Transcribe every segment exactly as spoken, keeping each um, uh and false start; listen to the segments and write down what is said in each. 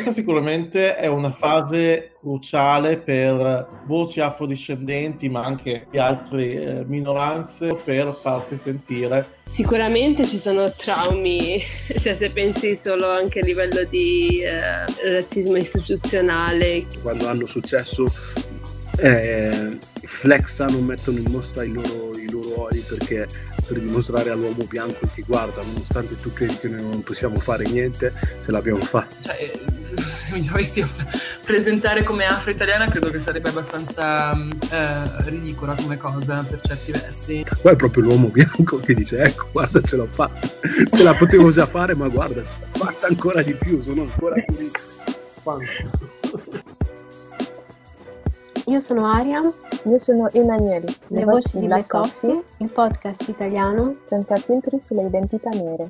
Questa sicuramente è una fase cruciale per voci afrodiscendenti, ma anche di altre eh, minoranze, per farsi sentire. Sicuramente ci sono traumi, cioè se pensi solo anche a livello di eh, razzismo istituzionale. Quando hanno successo eh, flexano, mettono in mostra i loro, i loro ori perché per dimostrare all'uomo bianco che guarda, nonostante tu credi che noi non possiamo fare niente, se l'abbiamo fatto. Cioè, se mi dovessi presentare come afro-italiana credo che sarebbe abbastanza eh, ridicola come cosa per certi versi. Poi è proprio l'uomo bianco che dice ecco guarda ce l'ho fatta, ce la potevo già fare ma guarda, fatta ancora di più, sono ancora più Io sono Aria. Io sono Emanuele. Le, Le voci di Black Coffee, Coffee, il podcast italiano senza filtri sulle identità nere.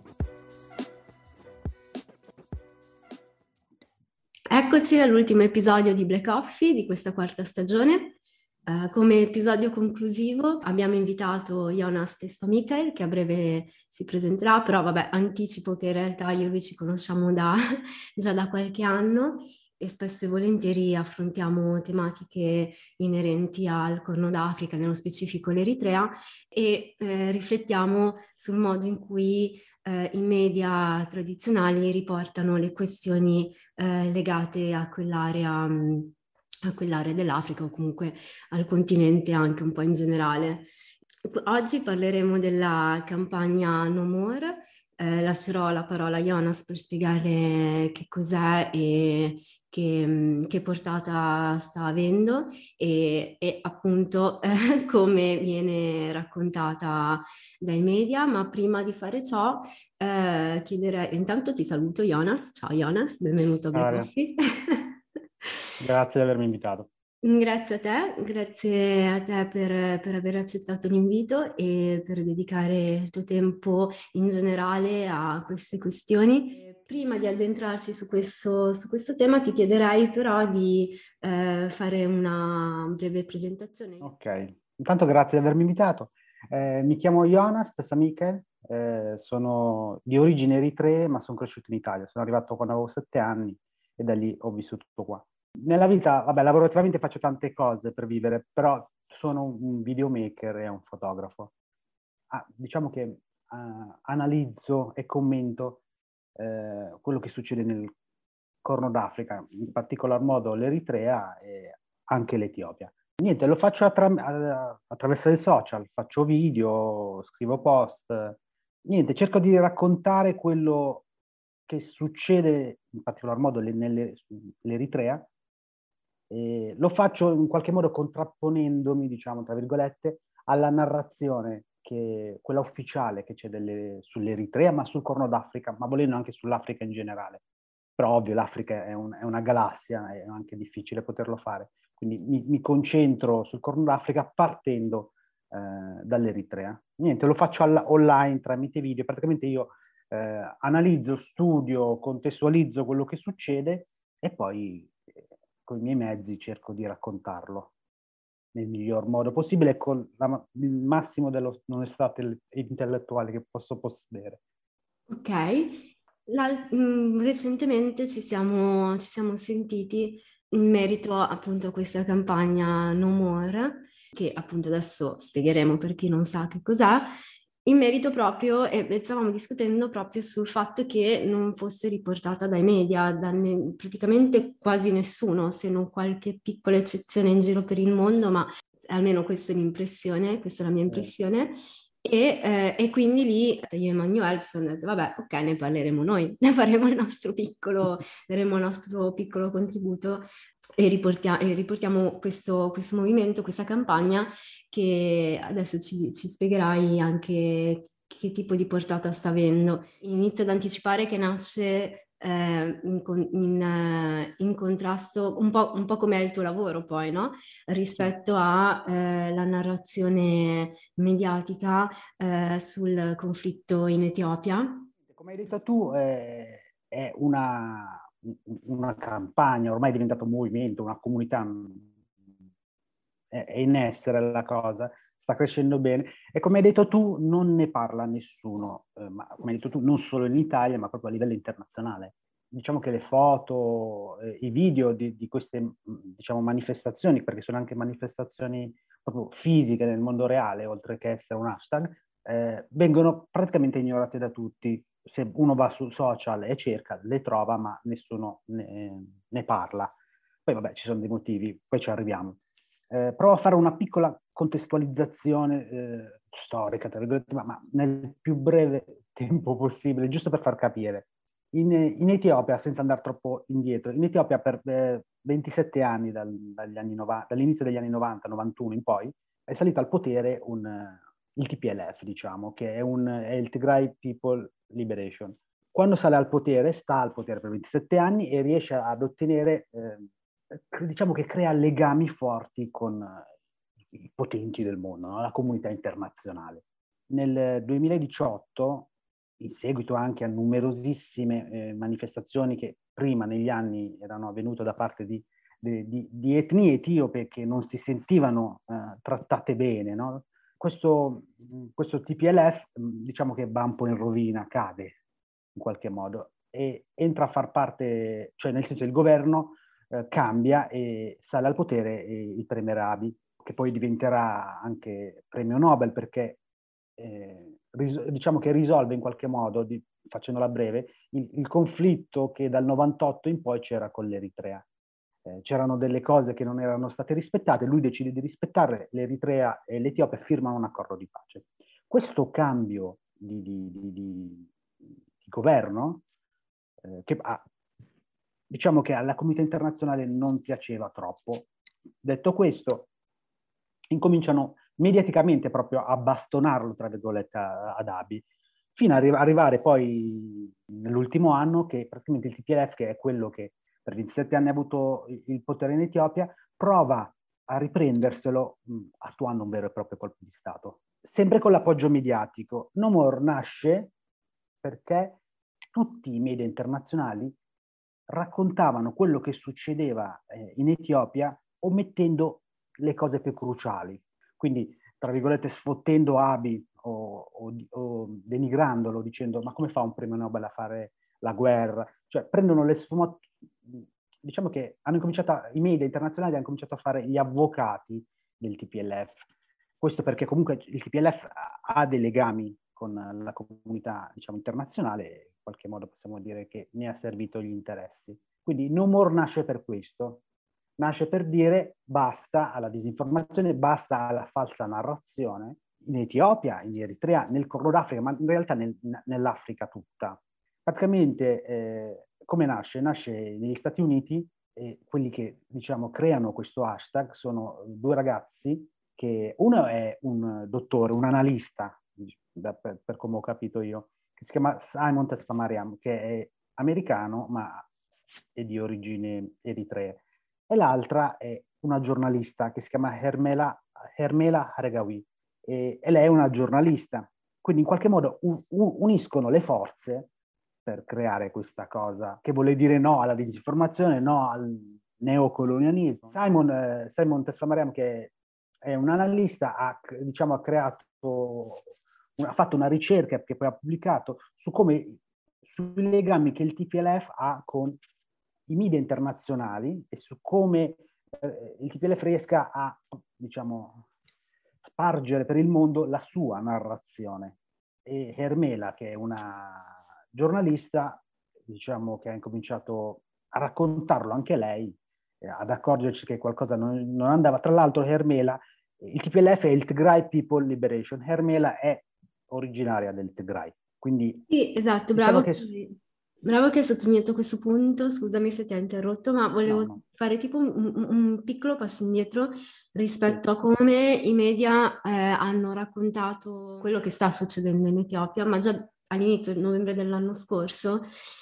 Eccoci all'ultimo episodio di Black Coffee di questa quarta stagione. Uh, come episodio conclusivo abbiamo invitato Jonas Tesfamikael, che a breve si presenterà, però vabbè, anticipo che in realtà io e lui ci conosciamo da, già da qualche anno e spesso e volentieri affrontiamo tematiche inerenti al Corno d'Africa, nello specifico l'Eritrea, e eh, riflettiamo sul modo in cui eh, i media tradizionali riportano le questioni eh, legate a quell'area, mh, a quell'area dell'Africa o comunque al continente anche un po' in generale. Oggi parleremo della campagna No More. Eh, lascerò la parola a Jonas per spiegare che cos'è e che, che portata sta avendo e, e appunto eh, come viene raccontata dai media, ma prima di fare ciò eh, chiederei, intanto ti saluto Jonas, ciao Jonas, benvenuto a Black Coffee. Grazie di avermi invitato. Grazie a te, grazie a te per, per aver accettato l'invito e per dedicare il tuo tempo in generale a queste questioni. Prima di addentrarci su questo, su questo tema ti chiederei però di eh, fare una breve presentazione. Ok, intanto grazie di avermi invitato. Eh, mi chiamo Jonas Tesfamikael, eh, sono di origini eritree ma sono cresciuto in Italia, sono arrivato quando avevo sette anni e da lì ho vissuto qua. Nella vita, vabbè, lavorativamente faccio tante cose per vivere, però sono un videomaker e un fotografo. Ah, diciamo che uh, analizzo e commento uh, quello che succede nel Corno d'Africa, in particolar modo l'Eritrea e anche l'Etiopia. Niente, lo faccio attra- attraverso i social, faccio video, scrivo post. Niente, cerco di raccontare quello che succede, in particolar modo nell'Eritrea. E lo faccio in qualche modo contrapponendomi, diciamo, tra virgolette, alla narrazione, che, quella ufficiale che c'è delle, sull'Eritrea, ma sul Corno d'Africa, ma volendo anche sull'Africa in generale. Però ovvio, l'Africa è, un, è una galassia, è anche difficile poterlo fare. Quindi mi, mi concentro sul Corno d'Africa partendo eh, dall'Eritrea. Niente, lo faccio alla, online tramite video. Praticamente io eh, analizzo, studio, contestualizzo quello che succede e poi con i miei mezzi cerco di raccontarlo nel miglior modo possibile e con la, il massimo dell'onestà intellettuale che posso possedere. Ok, la, mh, recentemente ci siamo, ci siamo sentiti in merito appunto a questa campagna No More, che appunto adesso spiegheremo per chi non sa che cos'è, in merito proprio, e stavamo discutendo proprio sul fatto che non fosse riportata dai media, da ne, praticamente quasi nessuno, se non qualche piccola eccezione in giro per il mondo, ma almeno questa è l'impressione, questa è la mia impressione. E, eh, e quindi lì io e Emanuele ci siamo detto, vabbè, ok, ne parleremo noi, ne faremo il nostro piccolo, daremo il nostro piccolo contributo e riportia- e riportiamo questo, questo movimento, questa campagna che adesso ci, ci spiegherai anche che tipo di portata sta avendo. Inizio ad anticipare che nasce eh, in, in, eh, in contrasto, un po', un po' come è il tuo lavoro poi, no? Rispetto alla eh, narrazione mediatica eh, sul conflitto in Etiopia. Come hai detto tu, eh, è una... una campagna, ormai è diventato un movimento, una comunità, è in essere la cosa, sta crescendo bene e come hai detto tu non ne parla nessuno, eh, ma come hai detto tu non solo in Italia ma proprio a livello internazionale. diciamo che le foto, eh, i video di, di queste, diciamo, manifestazioni, perché sono anche manifestazioni proprio fisiche nel mondo reale, oltre che essere un hashtag, eh, vengono praticamente ignorate da tutti. Se uno va su social e cerca, le trova, ma nessuno ne, ne parla. Poi vabbè, ci sono dei motivi, poi ci arriviamo. Eh, provo a fare una piccola contestualizzazione eh, storica, tra virgolette, ma, ma nel più breve tempo possibile, giusto per far capire. In, in Etiopia, senza andare troppo indietro, in Etiopia per eh, ventisette anni, dal, dagli anni novanta, dall'inizio degli anni novanta, novantuno in poi, è salito al potere un, il T P L F, diciamo, che è, un, è il Tigray People Liberation. Quando sale al potere, sta al potere per ventisette anni e riesce ad ottenere, eh, diciamo che crea legami forti con i potenti del mondo, no? La comunità internazionale. Nel duemiladiciotto, in seguito anche a numerosissime eh, manifestazioni che prima negli anni erano avvenute da parte di, di, di, di etnie etiope che non si sentivano eh, trattate bene, no? Questo, questo T P L F diciamo che va un po' in rovina, cade in qualche modo e entra a far parte, cioè nel senso il governo eh, cambia e sale al potere eh, il premier Abiy, che poi diventerà anche premio Nobel perché eh, ris- diciamo che risolve in qualche modo, di, facendola breve, il, il conflitto che dal novantotto in poi c'era con l'Eritrea. Eh, c'erano delle cose che non erano state rispettate, lui decide di rispettarle, l'Eritrea e l'Etiopia firmano un accordo di pace. Questo cambio di, di, di, di, di governo, eh, che ha, diciamo che alla comunità internazionale non piaceva troppo, detto questo, incominciano mediaticamente proprio a bastonarlo, tra virgolette, ad Abiy, fino ad arrivare poi nell'ultimo anno che praticamente il T P L F, che è quello che per ventisette anni ha avuto il potere in Etiopia, prova a riprenderselo mh, attuando un vero e proprio colpo di Stato. Sempre con l'appoggio mediatico. No More nasce perché tutti i media internazionali raccontavano quello che succedeva eh, in Etiopia omettendo le cose più cruciali. Quindi, tra virgolette, sfottendo Abiy o, o, o denigrandolo, dicendo ma come fa un premio Nobel a fare la guerra? Cioè, prendono le sfumature. Diciamo che hanno cominciato, i media internazionali hanno cominciato a fare gli avvocati del T P L F. Questo perché comunque il T P L F ha dei legami con la comunità, diciamo, internazionale, in qualche modo possiamo dire che ne ha servito gli interessi. Quindi No More nasce per questo. Nasce per dire basta alla disinformazione, basta alla falsa narrazione in Etiopia, in Eritrea, nel Corno d'Africa, ma in realtà nel, nell'Africa tutta. Praticamente eh, come nasce? Nasce negli Stati Uniti e quelli che, diciamo, creano questo hashtag sono due ragazzi che, uno è un dottore, un analista, da, per, per come ho capito io, che si chiama Simon Tesfamariam, che è americano ma è di origine eritrea. E l'altra è una giornalista che si chiama Hermela, Hermela Haregawi e, e lei è una giornalista. Quindi in qualche modo un, un, uniscono le forze per creare questa cosa, che vuole dire no alla disinformazione, no al neocolonialismo. Simon, eh, Simon Tesfamariam, che è un analista, ha, diciamo, ha creato, ha fatto una ricerca che poi ha pubblicato su come, sui legami che il T P L F ha con i media internazionali e su come eh, il T P L F riesca a, diciamo, spargere per il mondo la sua narrazione. E Hermela, che è una giornalista, diciamo che ha incominciato a raccontarlo anche lei, eh, ad accorgerci che qualcosa non, non andava. Tra l'altro Hermela, il T P L F è il Tigray People Liberation, Hermela è originaria del Tigray. Quindi, sì, esatto, diciamo bravo. che... Bravo che hai sottolineato questo punto, scusami se ti ho interrotto, ma volevo No, no. fare tipo un, un- un piccolo passo indietro rispetto Sì. a come i media eh, hanno raccontato quello che sta succedendo in Etiopia, ma già all'inizio di novembre dell'anno scorso,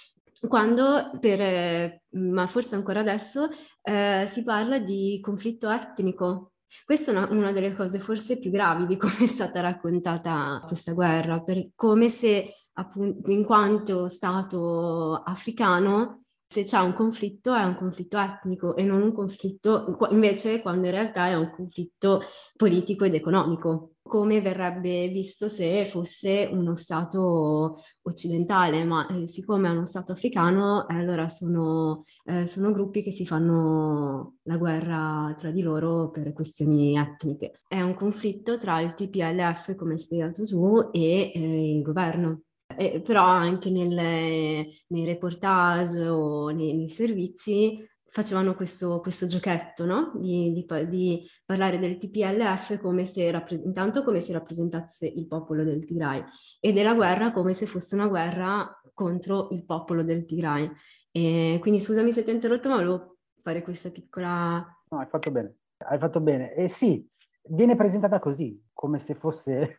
quando per, eh, ma forse ancora adesso, eh, si parla di conflitto etnico. Questa è una, una delle cose forse più gravi di come è stata raccontata questa guerra, per, come se appunto in quanto stato africano Se c'è un conflitto è un conflitto etnico e non un conflitto, invece quando in realtà è un conflitto politico ed economico, come verrebbe visto se fosse uno Stato occidentale, ma eh, siccome è uno Stato africano, eh, allora sono, eh, sono gruppi che si fanno la guerra tra di loro per questioni etniche. È un conflitto tra il T P L F, come hai spiegato tu, e eh, il governo. Eh, però anche nelle, nei reportage o nei, nei servizi facevano questo, questo giochetto, no? Di, di, di parlare del T P L F come se rappres- intanto come se rappresentasse il popolo del Tigray e della guerra come se fosse una guerra contro il popolo del Tigray. E quindi scusami se ti ho interrotto, ma volevo fare questa piccola... No, hai fatto bene, hai fatto bene. E sì, viene presentata così, come se fosse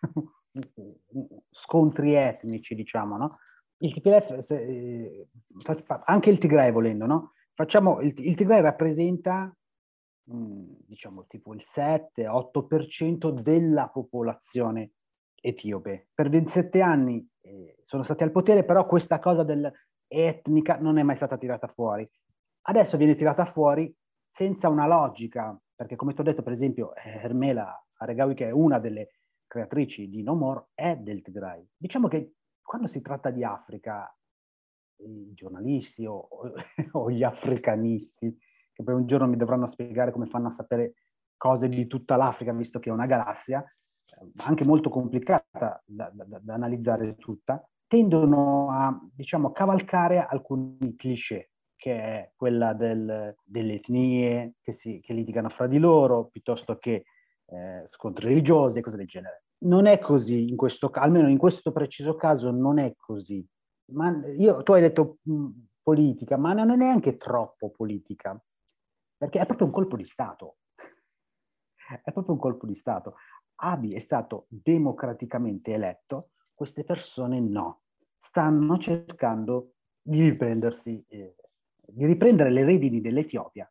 scontri etnici, diciamo, no? Il T P L F, se, eh, anche il Tigray volendo, no? Facciamo, il, il Tigray rappresenta, mh, diciamo, tipo il sette otto per cento della popolazione etiope. Per ventisette anni eh, sono stati al potere, però questa cosa dell'etnica non è mai stata tirata fuori. Adesso viene tirata fuori senza una logica, perché come ti ho detto, per esempio, Hermela Aregawi, che è una delle creatrici di No More, è del Tigray. Diciamo che quando si tratta di Africa, i giornalisti o, o gli africanisti, che poi un giorno mi dovranno spiegare come fanno a sapere cose di tutta l'Africa, visto che è una galassia, anche molto complicata da, da, da analizzare tutta, tendono a, diciamo, cavalcare alcuni cliché, che è quella del, delle etnie che, si, che litigano fra di loro, piuttosto che eh, scontri religiosi e cose del genere. Non è così, in questo, almeno in questo preciso caso non è così. Ma io, tu hai detto mh, politica, ma non è neanche troppo politica, perché è proprio un colpo di Stato. È proprio un colpo di Stato. Abiy è stato democraticamente eletto, queste persone no. Stanno cercando di riprendersi, eh, di riprendere le redini dell'Etiopia.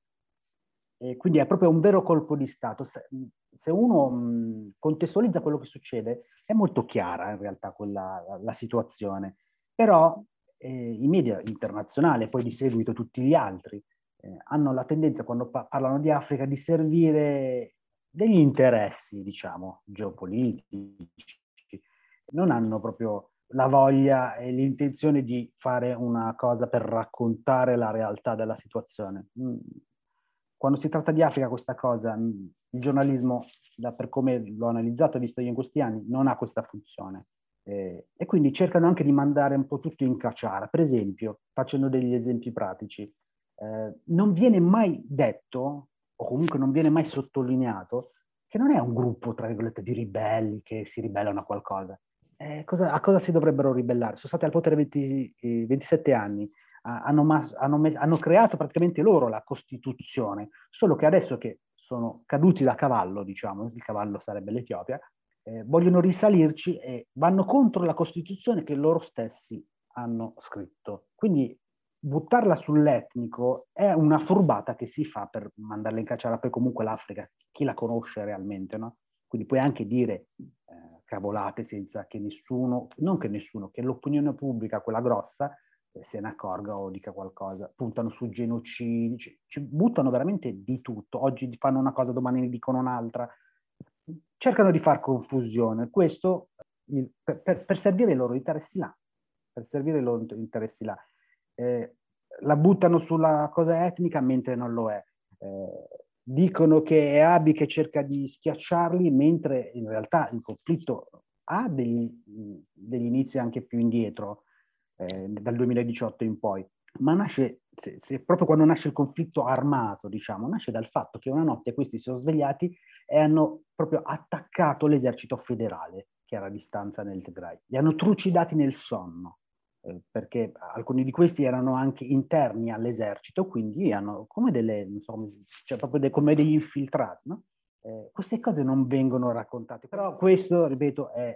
E quindi è proprio un vero colpo di Stato. Se, se uno mh, contestualizza quello che succede, è molto chiara in realtà quella, la, la situazione. Però eh, i media internazionali, e poi di seguito tutti gli altri, eh, hanno la tendenza, quando pa- parlano di Africa, di servire degli interessi, diciamo, geopolitici. Non hanno proprio la voglia e l'intenzione di fare una cosa per raccontare la realtà della situazione. Quando si tratta di Africa questa cosa, il giornalismo, per come l'ho analizzato e visto io in questi anni, non ha questa funzione. Eh, e quindi cercano anche di mandare un po' tutto in caciara. Per esempio, facendo degli esempi pratici, eh, non viene mai detto, o comunque non viene mai sottolineato, che non è un gruppo, tra virgolette, di ribelli che si ribellano a qualcosa. Eh, cosa, a cosa si dovrebbero ribellare? Sono stati al potere venti, eh, ventisette anni, ah, hanno, mas- hanno, mes- hanno creato praticamente loro la Costituzione, solo che adesso che sono caduti da cavallo, diciamo, il cavallo sarebbe l'Etiopia, eh, vogliono risalirci e vanno contro la Costituzione che loro stessi hanno scritto. Quindi buttarla sull'etnico è una furbata che si fa per mandarla in cacciara. Poi comunque l'Africa, chi la conosce realmente, no? Quindi puoi anche dire eh, cavolate senza che nessuno, non che nessuno, che l'opinione pubblica, quella grossa, eh, se ne accorga o dica qualcosa. Puntano su genocidi, ci, ci buttano veramente di tutto. Oggi fanno una cosa, domani ne dicono un'altra. Cercano di far confusione. Questo il, per, per, per servire i loro interessi là. Per servire i loro interessi là. Eh, la buttano sulla cosa etnica mentre non lo è. Eh, dicono che è Abiy che cerca di schiacciarli, mentre in realtà il conflitto ha degli, degli inizi anche più indietro, eh, dal duemiladiciotto in poi. Ma nasce, se, se proprio quando nasce il conflitto armato, diciamo, nasce dal fatto che una notte questi si sono svegliati e hanno proprio attaccato l'esercito federale, che era a distanza nel Tigray. Li hanno trucidati nel sonno. Eh, perché alcuni di questi erano anche interni all'esercito, quindi hanno come delle, non so, cioè proprio de, come degli infiltrati, no? Eh, queste cose non vengono raccontate, però questo, ripeto, è,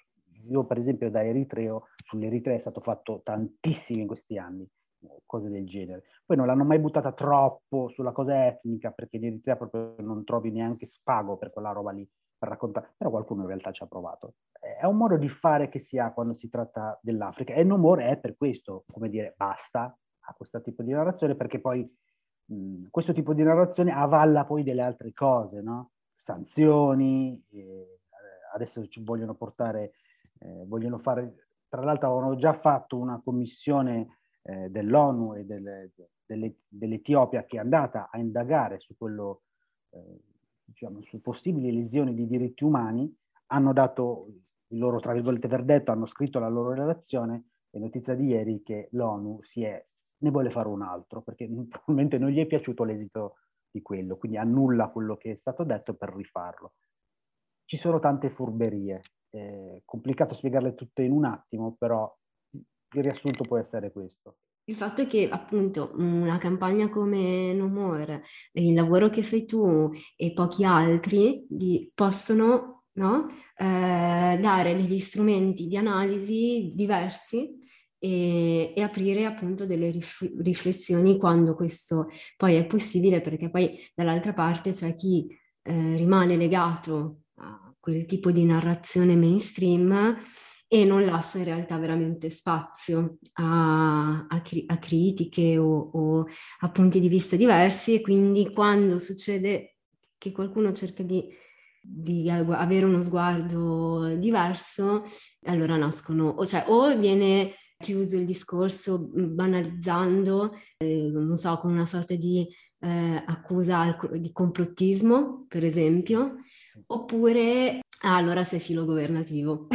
io per esempio da eritreo, sull'Eritrea è stato fatto tantissimo in questi anni, cose del genere. Poi non l'hanno mai buttata troppo sulla cosa etnica, perché in Eritrea proprio non trovi neanche spago per quella roba lì, per raccontare, però qualcuno in realtà ci ha provato. È un modo di fare che si ha quando si tratta dell'Africa, e No More è per questo, come dire, basta, a questo tipo di narrazione, perché poi mh, questo tipo di narrazione avalla poi delle altre cose, no? Sanzioni, eh, adesso ci vogliono portare, eh, vogliono fare, tra l'altro avevano già fatto una commissione eh, dell'ONU e del, delle, dell'Etiopia che è andata a indagare su quello, eh, diciamo, su possibili lesioni di diritti umani, hanno dato il loro, tra virgolette, verdetto, hanno scritto la loro relazione, e notizia di ieri che l'ONU si è, ne vuole fare un altro, perché probabilmente non gli è piaciuto l'esito di quello, quindi annulla quello che è stato detto per rifarlo. Ci sono tante furberie, è complicato spiegarle tutte in un attimo, però il riassunto può essere questo. Il fatto è che appunto una campagna come No More, il lavoro che fai tu e pochi altri di, possono, no, eh, dare degli strumenti di analisi diversi e, e aprire appunto delle rif- riflessioni quando questo poi è possibile, perché poi dall'altra parte c'è chi eh, rimane legato a quel tipo di narrazione mainstream e non lascia in realtà veramente spazio a, a, cri- a critiche o, o a punti di vista diversi, e quindi quando succede che qualcuno cerca di, di avere uno sguardo diverso, allora nascono, o, cioè, o viene chiuso il discorso banalizzando, eh, non so, con una sorta di eh, accusa al- di complottismo, per esempio, oppure ah, allora sei filo governativo.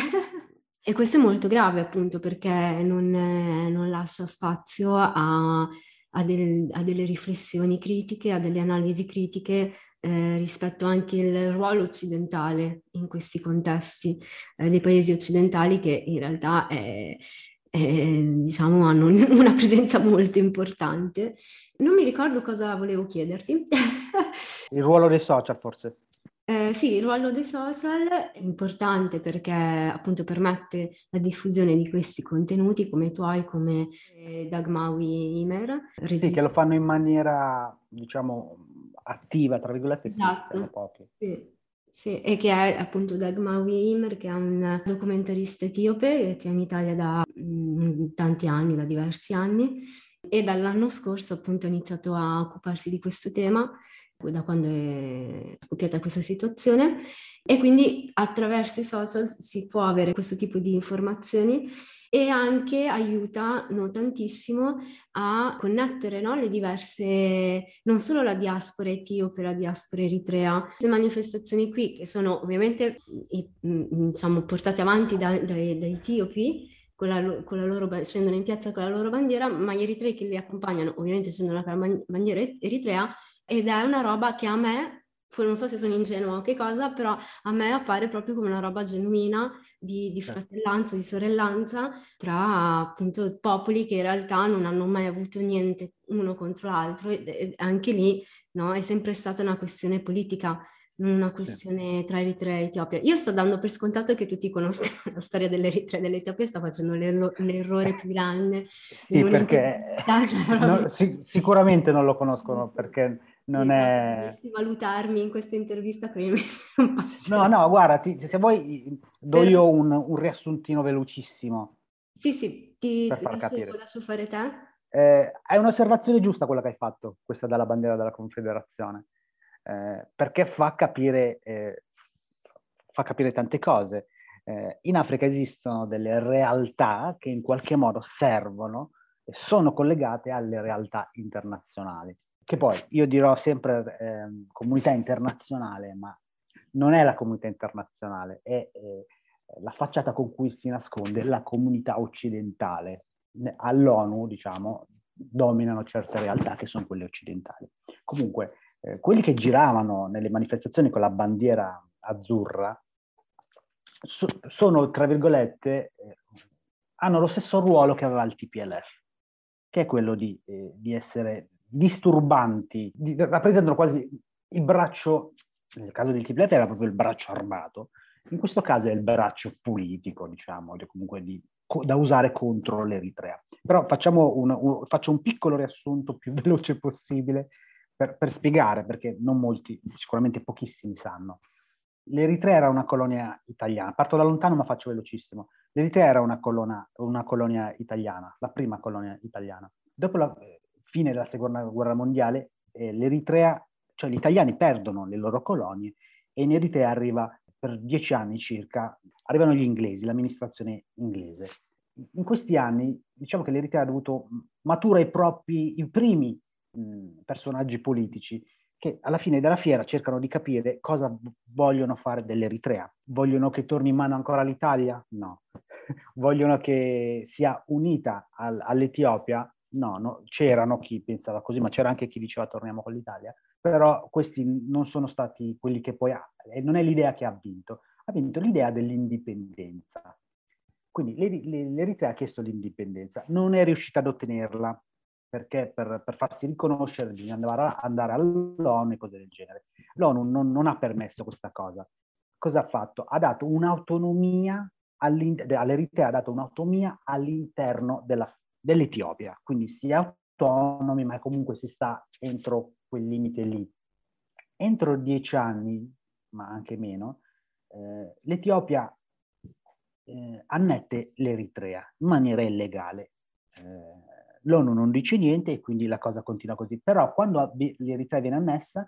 E questo è molto grave, appunto, perché non, eh, non lascia spazio a, a del- a delle riflessioni critiche, a delle analisi critiche eh, rispetto anche al ruolo occidentale in questi contesti, eh, dei paesi occidentali che in realtà è- è, diciamo, hanno una presenza molto importante. Non mi ricordo cosa volevo chiederti. Il ruolo dei social, forse. Eh, sì, il ruolo dei social è importante perché appunto permette la diffusione di questi contenuti come i tuoi, come eh, Dagmawi Imer, Sì, che regista. lo fanno in maniera, diciamo, attiva, tra virgolette, sì, siamo Esatto, pochi. sì, sì, e che è appunto Dagmawi Imer, che è un documentarista etiope che è in Italia da mm, tanti anni, da diversi anni, e dall'anno scorso appunto ha iniziato a occuparsi di questo tema, da quando è scoppiata questa situazione, e quindi attraverso i social si può avere questo tipo di informazioni e anche aiutano tantissimo a connettere, no, le diverse, non solo la diaspora etiope, la diaspora eritrea, queste manifestazioni qui che sono ovviamente i- mh, diciamo, portate avanti da- dai, dai etiopi, con la, lo- con la loro, ba- scendono in piazza con la loro bandiera, ma gli eritrei che li accompagnano ovviamente scendono con la ban- bandiera eritrea, ed è una roba che a me, poi non so se sono ingenua o che cosa, però a me appare proprio come una roba genuina di, di Certo. fratellanza, di sorellanza tra appunto popoli che in realtà non hanno mai avuto niente uno contro l'altro, e, e anche lì, no, è sempre stata una questione politica, non una Sì. questione tra Eritrea e Etiopia. Io sto dando per scontato che tutti conoscano la storia dell'Eritrea e dell'Etiopia, sto facendo l'erro- l'errore più grande in Sì, perché un'intervista, cioè, proprio- no, sic- sicuramente non lo conoscono, perché non Sì, ma se è... dovessi valutarmi in questa intervista, probabilmente non No, passerei. no, guarda, ti- se vuoi do Per- io un, un riassuntino velocissimo Sì, sì, ti per far lascio, capire. lascio fare te. Eh, è un'osservazione giusta quella che hai fatto, questa dalla bandiera della Confederazione, eh, perché fa capire, eh, fa capire tante cose. Eh, in Africa esistono delle realtà che in qualche modo servono e sono collegate alle realtà internazionali. Che poi io dirò sempre eh, comunità internazionale, ma non è la comunità internazionale, è eh, la facciata con cui si nasconde la comunità occidentale. All'ONU, diciamo, dominano certe realtà che sono quelle occidentali. Comunque, eh, quelli che giravano nelle manifestazioni con la bandiera azzurra so, sono, tra virgolette, eh, hanno lo stesso ruolo che aveva il T P L F, che è quello di, eh, di essere disturbanti, di, rappresentano quasi il braccio, nel caso del T P L F era proprio il braccio armato, in questo caso è il braccio politico, diciamo, comunque di, da usare contro l'Eritrea. Però facciamo un, un, faccio un piccolo riassunto più veloce possibile per, per spiegare, perché non molti, sicuramente pochissimi sanno. L'Eritrea era una colonia italiana, parto da lontano ma faccio velocissimo. L'Eritrea era una colonia, una colonia italiana, la prima colonia italiana. dopo la fine della seconda guerra mondiale, eh, l'Eritrea, cioè gli italiani perdono le loro colonie e in Eritrea arriva per dieci anni circa, arrivano gli inglesi, l'amministrazione inglese. In questi anni, diciamo che l'Eritrea ha dovuto matura i propri, i primi mh, personaggi politici che alla fine della fiera cercano di capire cosa vogliono fare dell'Eritrea. Vogliono che torni in mano ancora l'Italia? No. Vogliono che sia unita al, all'Etiopia? No, no, c'erano chi pensava così, ma c'era anche chi diceva torniamo con l'Italia, però questi non sono stati quelli che poi ha, e non è l'idea che ha vinto, ha vinto l'idea dell'indipendenza. Quindi l'Eritrea ha chiesto l'indipendenza, non è riuscita ad ottenerla, perché per, per farsi riconoscere bisogna andare, andare all'ONU e cose del genere. L'ONU non, non ha permesso questa cosa. Cosa ha fatto? Ha dato un'autonomia, all'Eritrea ha dato un'autonomia all'interno della dell'Etiopia, quindi si è autonomi, ma comunque si sta entro quel limite lì. Entro dieci anni, ma anche meno, eh, l'Etiopia eh, annette l'Eritrea in maniera illegale. Eh, L'ONU non dice niente e quindi la cosa continua così. Però quando l'Eritrea viene annessa,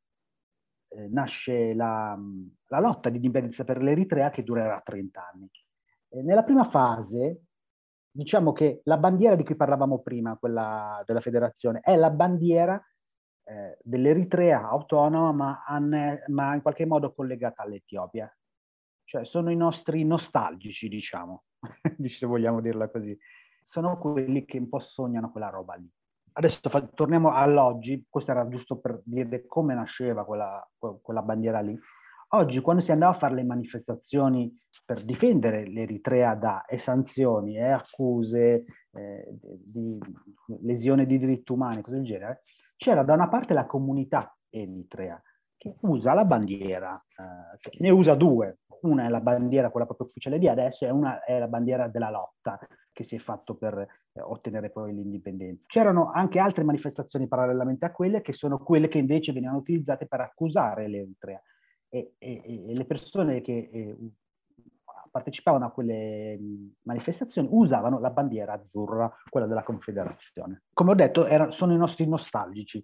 eh, nasce la, la lotta di indipendenza per l'Eritrea che durerà trenta anni. Eh, nella prima fase, diciamo che la bandiera di cui parlavamo prima, quella della federazione, è la bandiera eh, dell'Eritrea autonoma, ma, an, ma in qualche modo collegata all'Etiopia. Cioè sono i nostri nostalgici, diciamo, se vogliamo dirla così. Sono quelli che un po' sognano quella roba lì. Adesso fa, torniamo all'oggi, questo era giusto per dire come nasceva quella, quella bandiera lì. Oggi, quando si andava a fare le manifestazioni per difendere l'Eritrea da e sanzioni e accuse eh, di lesione di diritti umani, cose del genere, c'era da una parte la comunità eritrea che usa la bandiera, eh, ne usa due. Una è la bandiera, quella proprio ufficiale di adesso, e una è la bandiera della lotta che si è fatto per eh, ottenere poi l'indipendenza. C'erano anche altre manifestazioni parallelamente a quelle, che sono quelle che invece venivano utilizzate per accusare l'Eritrea. E, e, e le persone che eh, partecipavano a quelle manifestazioni usavano la bandiera azzurra, quella della Confederazione. Come ho detto, era, sono i nostri nostalgici.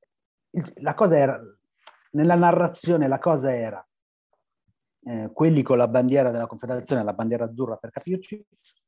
La cosa era, nella narrazione la cosa era eh, quelli con la bandiera della Confederazione, la bandiera azzurra per capirci,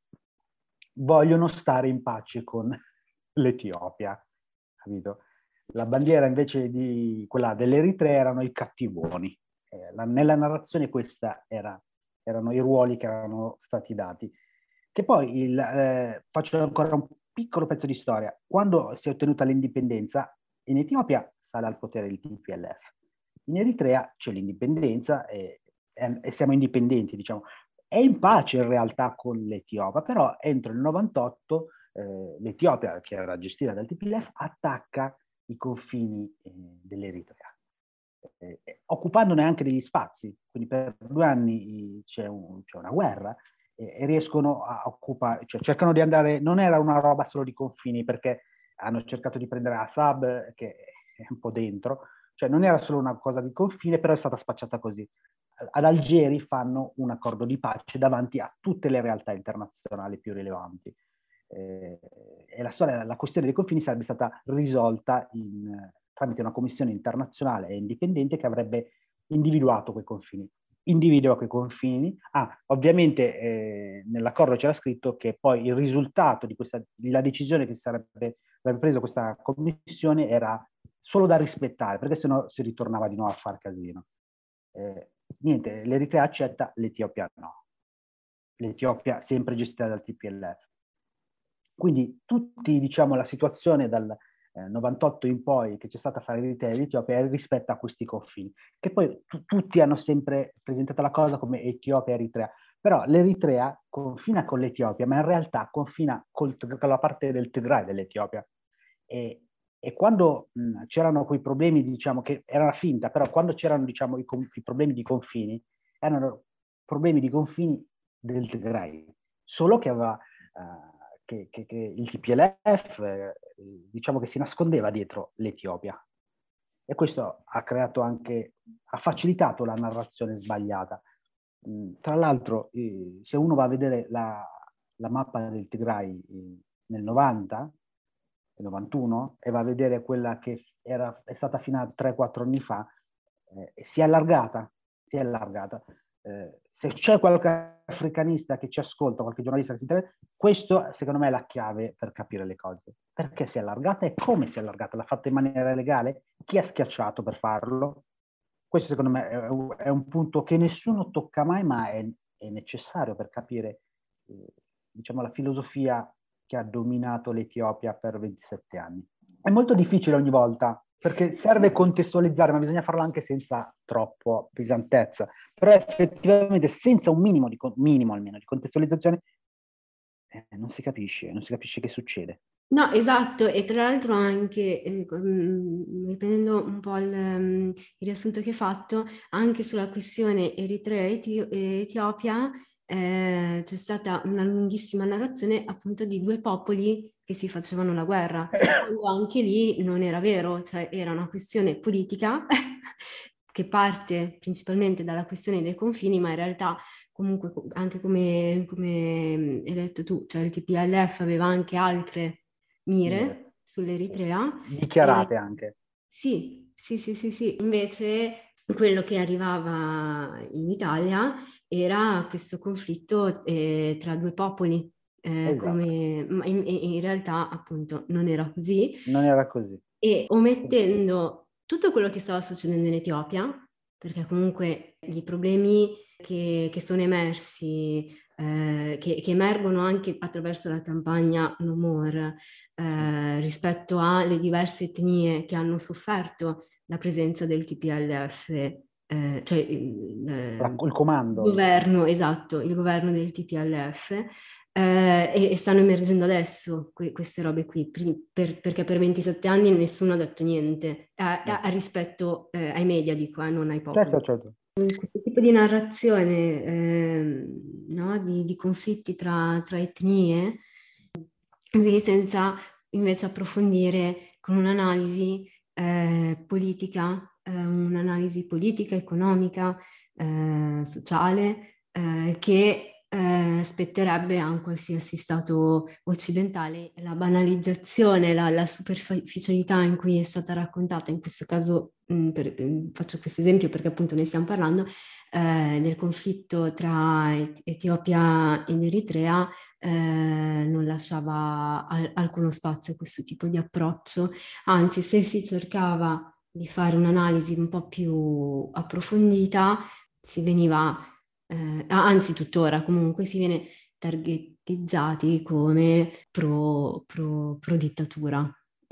vogliono stare in pace con l'Etiopia, capito? La bandiera invece di quella dell'Eritrea erano i cattivoni. Eh, la, nella narrazione questa era, erano i ruoli che erano stati dati. Che poi, il, eh, faccio ancora un piccolo pezzo di storia. Quando si è ottenuta l'indipendenza, in Etiopia sale al potere il T P L F. In Eritrea c'è l'indipendenza e, e, e siamo indipendenti, diciamo. È in pace in realtà con l'Etiopia, però entro il novantotto eh, l'Etiopia, che era gestita dal T P L F, attacca i confini eh, dell'Eritrea, eh, occupandone anche degli spazi. Quindi per due anni c'è, un, c'è una guerra eh, e riescono a occupare, cioè cercano di andare, non era una roba solo di confini, perché hanno cercato di prendere Assab, che è un po' dentro, cioè non era solo una cosa di confine, però è stata spacciata così. Ad Algeri fanno un accordo di pace davanti a tutte le realtà internazionali più rilevanti. Eh, e la storia, la questione dei confini sarebbe stata risolta in, tramite una commissione internazionale e indipendente che avrebbe individuato quei confini. Individua quei confini. Ah, ovviamente eh, nell'accordo c'era scritto che poi il risultato di questa, la decisione che sarebbe, avrebbe preso questa commissione era solo da rispettare, perché sennò si ritornava di nuovo a far casino. Eh, niente, l'Eritrea accetta, l'Etiopia no. L'Etiopia sempre gestita dal T P L F. Quindi tutti, diciamo, la situazione dal eh, novantotto in poi che c'è stata fra l'Eritrea e l'Etiopia è rispetto a questi confini, che poi tu, tutti hanno sempre presentato la cosa come Etiopia e Eritrea, però l'Eritrea confina con l'Etiopia, ma in realtà confina col, con la parte del Tigray dell'Etiopia. E, e quando mh, c'erano quei problemi, diciamo, che era una finta, però quando c'erano, diciamo, i, i problemi di confini, erano problemi di confini del Tigray, solo che aveva... Uh, Che, che, che il T P L F eh, diciamo che si nascondeva dietro l'Etiopia, e questo ha creato anche, ha facilitato la narrazione sbagliata. Mm, tra l'altro eh, se uno va a vedere la, la mappa del Tigray eh, nel novanta novantuno e va a vedere quella che era, è stata fino a tre quattro anni fa, eh, si è allargata, si è allargata. Eh, se c'è qualche africanista che ci ascolta, qualche giornalista che si interessa, questo secondo me è la chiave per capire le cose. Perché si è allargata e come si è allargata? L'ha fatta in maniera legale? Chi ha schiacciato per farlo? Questo secondo me è un, è un punto che nessuno tocca mai, ma è, è necessario per capire eh, diciamo, la filosofia che ha dominato l'Etiopia per ventisette anni. È molto difficile ogni volta, perché serve contestualizzare, ma bisogna farlo anche senza troppo pesantezza. Però effettivamente senza un minimo, di, minimo almeno, di contestualizzazione eh, non si capisce, non si capisce che succede. No, esatto, e tra l'altro anche, eh, mh, riprendendo un po' il, um, il riassunto che hai fatto, anche sulla questione Eritrea-Etiopia eh, c'è stata una lunghissima narrazione appunto di due popoli che si facevano la guerra, quando anche lì non era vero, cioè era una questione politica che parte principalmente dalla questione dei confini, ma in realtà comunque anche come, come hai detto tu, cioè il T P L F aveva anche altre mire Mire. sull'Eritrea. Dichiarate E, anche. Sì, sì, sì, sì, sì. Invece quello che arrivava in Italia era questo conflitto eh, tra due popoli, eh, Esatto. come, ma in, in realtà appunto non era così. Non era così. E omettendo tutto quello che stava succedendo in Etiopia, perché comunque i problemi che, che sono emersi, eh, che, che emergono anche attraverso la campagna No More, eh, rispetto alle diverse etnie che hanno sofferto la presenza del T P L F, eh, cioè il, La, il comando. il governo, esatto, il governo del T P L F, eh, e, e stanno emergendo adesso que- queste robe qui, per, perché per ventisette anni nessuno ha detto niente, a, a, a rispetto eh, ai media, dico, eh, non ai popoli. Certo, certo. Questo tipo di narrazione, eh, no, di, di conflitti tra, tra etnie, così senza invece approfondire con un'analisi eh, politica, eh, un'analisi politica, economica, eh, sociale, eh, che eh, spetterebbe a un qualsiasi stato occidentale. La banalizzazione, la, la superficialità in cui è stata raccontata, in questo caso mh, per, faccio questo esempio perché appunto ne stiamo parlando, eh, del conflitto tra Etiopia ed Eritrea, eh, non lasciava al- alcuno spazio a questo tipo di approccio, anzi se si cercava di fare un'analisi un po' più approfondita, si veniva, eh, anzi tuttora comunque si viene targetizzati come pro, pro, pro dittatura,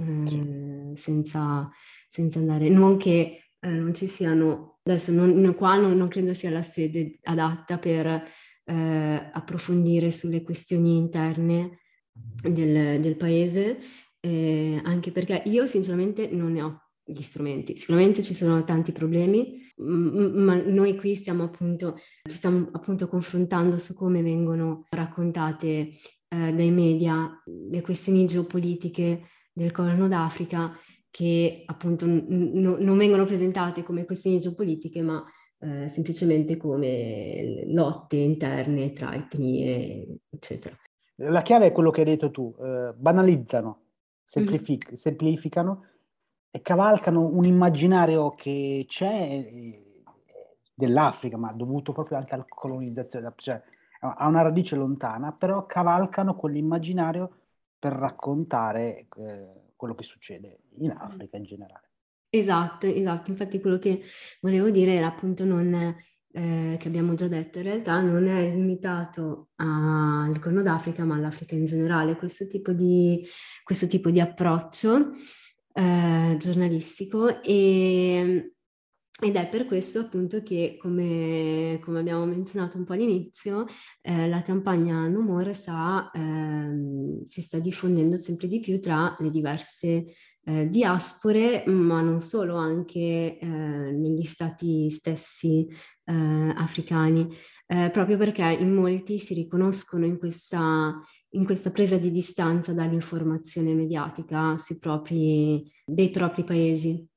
eh, senza, senza andare, non che eh, non ci siano, adesso non, qua non, non credo sia la sede adatta per eh, approfondire sulle questioni interne del, del paese, eh, anche perché io sinceramente non ne ho gli strumenti. Sicuramente ci sono tanti problemi, m- ma noi qui stiamo appunto, ci stiamo appunto confrontando su come vengono raccontate eh, dai media le questioni geopolitiche del Corno d'Africa, che appunto n- n- non vengono presentate come questioni geopolitiche, ma eh, semplicemente come lotte interne tra etnie, eccetera. La chiave è quello che hai detto tu, eh, banalizzano, semplific- Mm-hmm. semplificano e cavalcano un immaginario che c'è eh, dell'Africa, ma dovuto proprio anche alla colonizzazione, cioè ha una radice lontana, però cavalcano quell'immaginario per raccontare eh, quello che succede in Africa in generale. Esatto, esatto. Infatti quello che volevo dire era appunto non, eh, che abbiamo già detto, in realtà non è limitato al Corno d'Africa, ma all'Africa in generale, questo tipo di, questo tipo di approccio eh, giornalistico e, ed è per questo appunto che, come, come abbiamo menzionato un po' all'inizio, eh, la campagna No More sta, ehm, si sta diffondendo sempre di più tra le diverse eh, diaspore, ma non solo, anche eh, negli stati stessi eh, africani, eh, proprio perché in molti si riconoscono in questa, in questa presa di distanza dall'informazione mediatica sui propri, dei propri paesi.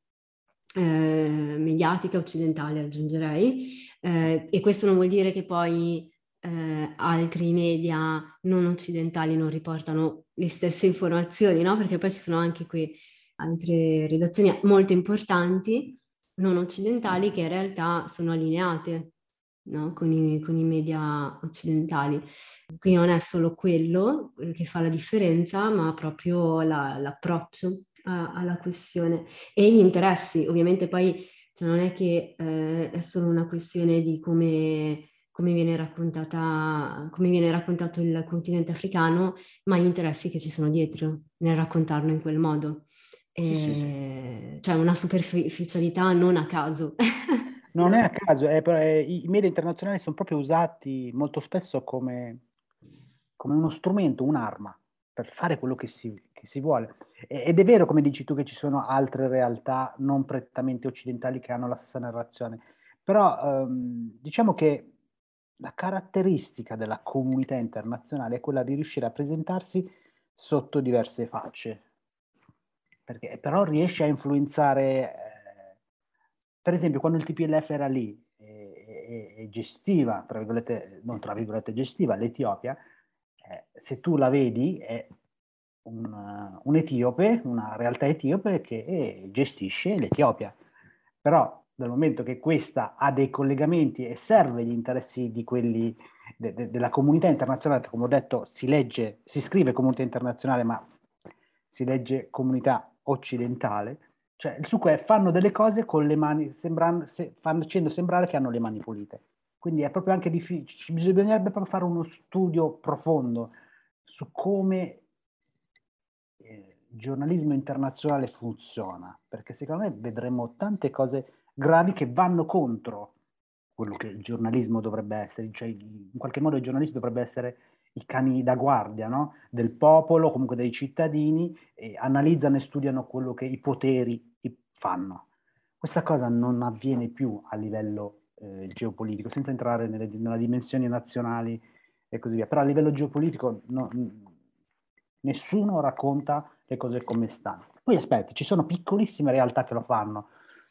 Eh, mediatica occidentale aggiungerei, eh, e questo non vuol dire che poi eh, altri media non occidentali non riportano le stesse informazioni, no? Perché poi ci sono anche qui altre redazioni molto importanti, non occidentali, che in realtà sono allineate, no? Con i, con i media occidentali. Quindi non è solo quello che fa la differenza, ma proprio la- l'approccio a- alla questione e gli interessi. Ovviamente poi cioè, non è che eh, è solo una questione di come, come viene raccontata, come viene raccontato il continente africano, ma gli interessi che ci sono dietro nel raccontarlo in quel modo. Sì, sì, sì. E, cioè una superficialità non a caso. Non No? è a caso, è per- è- i i media internazionali sono proprio usati molto spesso come, come uno strumento, un'arma per fare quello che si, che si vuole. E- Ed è vero, come dici tu, che ci sono altre realtà non prettamente occidentali che hanno la stessa narrazione, però ehm, diciamo che la caratteristica della comunità internazionale è quella di riuscire a presentarsi sotto diverse facce, perché però riesce a influenzare, eh, per esempio, quando il T P L F era lì e, e- e gestiva, tra virgolette, non tra virgolette, gestiva l'Etiopia, eh, se tu la vedi è un, un etiope, una realtà etiope che eh, gestisce l'Etiopia. Però dal momento che questa ha dei collegamenti e serve gli interessi di quelli de- de- della comunità internazionale, che come ho detto si legge, si scrive comunità internazionale, ma si legge comunità occidentale, cioè il succo è fanno delle cose con le mani, sembrando, se, facendo sembrare che hanno le mani pulite. Quindi è proprio anche difficile, bisognerebbe proprio fare uno studio profondo su come eh, il giornalismo internazionale funziona, perché secondo me vedremo tante cose gravi che vanno contro quello che il giornalismo dovrebbe essere, cioè in qualche modo il giornalismo dovrebbe essere i cani da guardia, no? Del popolo, comunque dei cittadini, e analizzano e studiano quello che i poteri fanno. Questa cosa non avviene più a livello eh, geopolitico, senza entrare nelle, nelle dimensioni nazionali e così via, però a livello geopolitico no, nessuno racconta le cose come stanno. Poi aspetti, ci sono piccolissime realtà che lo fanno,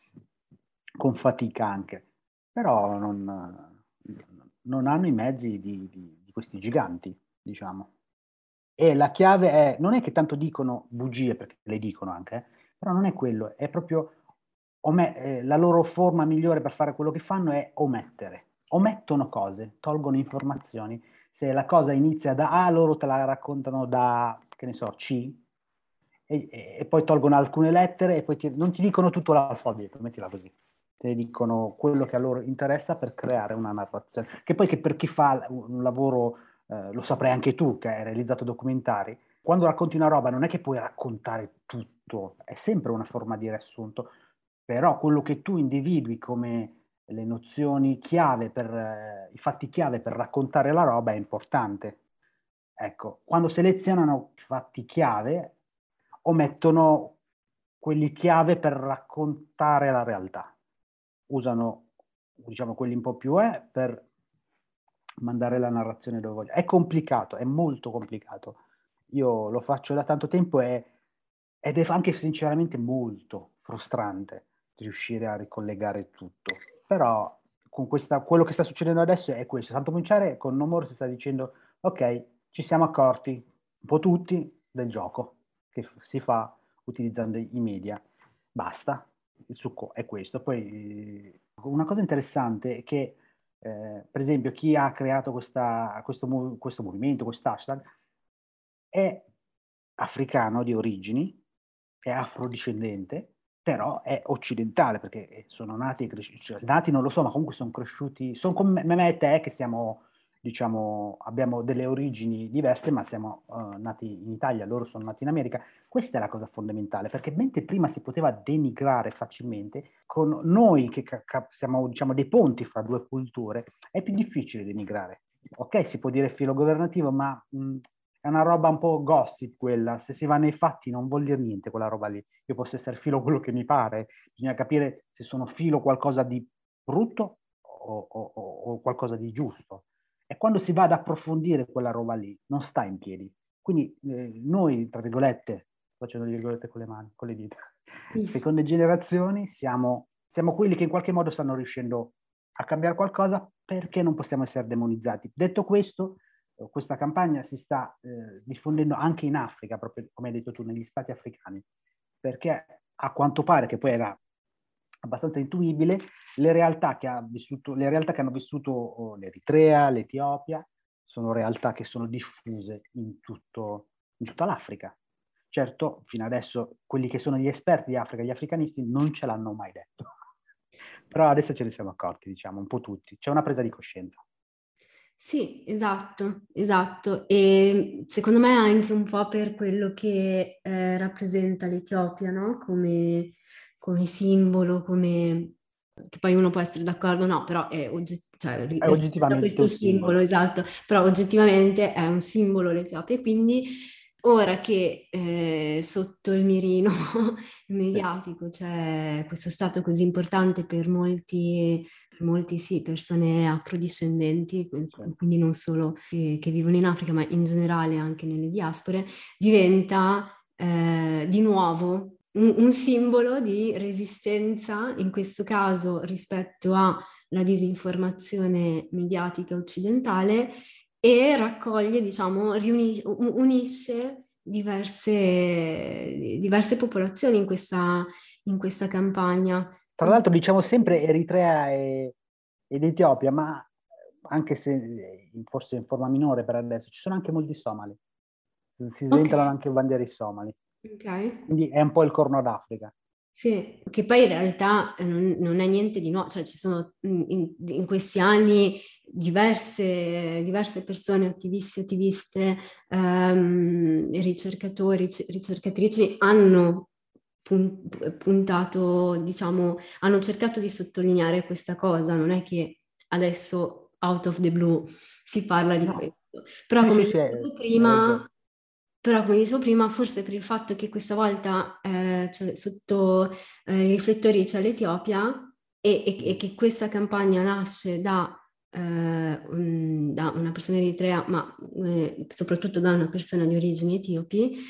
con fatica anche, però non, non hanno i mezzi di, di, di questi giganti, diciamo. E la chiave è, non è che tanto dicono bugie, perché le dicono anche, eh, però non è quello, è proprio ome- eh, la loro forma migliore per fare quello che fanno è omettere. Omettono cose, tolgono informazioni. Se la cosa inizia da A, loro te la raccontano da, che ne so, C, e, e- e poi tolgono alcune lettere e poi ti- non ti dicono tutto l'alfabeto, mettila così. Te ne dicono quello che a loro interessa per creare una narrazione. Che poi che per chi fa un lavoro, eh, lo saprai anche tu che hai realizzato documentari, quando racconti una roba non è che puoi raccontare tutto, è sempre una forma di riassunto, però quello che tu individui come le nozioni chiave per, eh, i fatti chiave per raccontare la roba è importante. Ecco, quando selezionano fatti chiave, omettono quelli chiave per raccontare la realtà. Usano, diciamo, quelli un po' più eh, per mandare la narrazione dove voglio. È complicato, è molto complicato. Io lo faccio da tanto tempo e, ed è anche sinceramente molto frustrante riuscire a ricollegare tutto. Però con questa, quello che sta succedendo adesso è questo. Tanto cominciare con No More si sta dicendo ok, ci siamo accorti, un po' tutti, del gioco che f- si fa utilizzando i media. Basta, il succo è questo. Poi eh, una cosa interessante è che eh, per esempio, chi ha creato questa, questo, mov- questo movimento, questo hashtag, è africano di origini, è afrodiscendente, però è occidentale, perché sono nati e cresciuti, cioè, nati non lo so, ma comunque sono cresciuti, sono come me e te che siamo, diciamo, abbiamo delle origini diverse, ma siamo uh, nati in Italia, loro sono nati in America. Questa è la cosa fondamentale, perché mentre prima si poteva denigrare facilmente, con noi che ca- ca- siamo, diciamo, dei ponti fra due culture, è più difficile denigrare. Ok, si può dire filo governativo, ma mh, è una roba un po' gossip quella. Se si va nei fatti non vuol dire niente quella roba lì. Io posso essere filo quello che mi pare, bisogna capire se sono filo qualcosa di brutto o, o, o qualcosa di giusto. E quando si va ad approfondire quella roba lì, non sta in piedi. Quindi eh, noi, tra virgolette, facendo le virgolette con le mani, con le dita, seconde generazioni, siamo, siamo quelli che in qualche modo stanno riuscendo a cambiare qualcosa, perché non possiamo essere demonizzati? Detto questo, questa campagna si sta eh, diffondendo anche in Africa, proprio come hai detto tu, negli stati africani, perché a quanto pare, che poi era abbastanza intuibile, le realtà che, ha vissuto, le realtà che hanno vissuto oh, l'Eritrea, l'Etiopia, sono realtà che sono diffuse in, tutto, in tutta l'Africa. Certo, fino adesso quelli che sono gli esperti di Africa, gli africanisti, non ce l'hanno mai detto. Però adesso ce ne siamo accorti, diciamo, un po' tutti. C'è una presa di coscienza. Sì, esatto, esatto. E secondo me anche un po' per quello che eh, rappresenta l'Etiopia, no? Come, come simbolo, come... che poi uno può essere d'accordo, no, però è, ogget- cioè, ri- È rappresenta oggettivamente questo un simbolo, simbolo. esatto, però oggettivamente è un simbolo l'Etiopia e quindi ora che eh, sotto il mirino mediatico c'è questo stato così importante per molti, per molti sì, persone afrodiscendenti, Sì. quindi non solo che, che vivono in Africa, ma in generale anche nelle diaspore, diventa eh, di nuovo un, un simbolo di resistenza, in questo caso rispetto alla disinformazione mediatica occidentale, e raccoglie, diciamo, riuni- unisce diverse, diverse popolazioni in questa, in questa campagna. Tra l'altro diciamo sempre Eritrea e, ed Etiopia, ma anche se forse in forma minore per adesso, ci sono anche molti somali. Si sventolano Ok, anche bandiere somali. ok. Quindi è un po' il Corno d'Africa. Sì, che poi in realtà eh, non, non è niente di nuovo, cioè ci sono in, in- in questi anni diverse, diverse persone, attivisti, attiviste, ehm, ricercatori, ric- ricercatrici hanno pun- puntato, diciamo, hanno cercato di sottolineare questa cosa, non è che adesso out of the blue si parla di No. questo, però Sì, come sì, sì, hai dicevo hai ragione. prima... Però, come dicevo prima, forse per il fatto che questa volta eh, cioè, sotto eh, i riflettori c'è l'Etiopia e, e- e che questa campagna nasce da, eh, un- da una persona eritrea, ma eh, soprattutto da una persona di origini etiopi,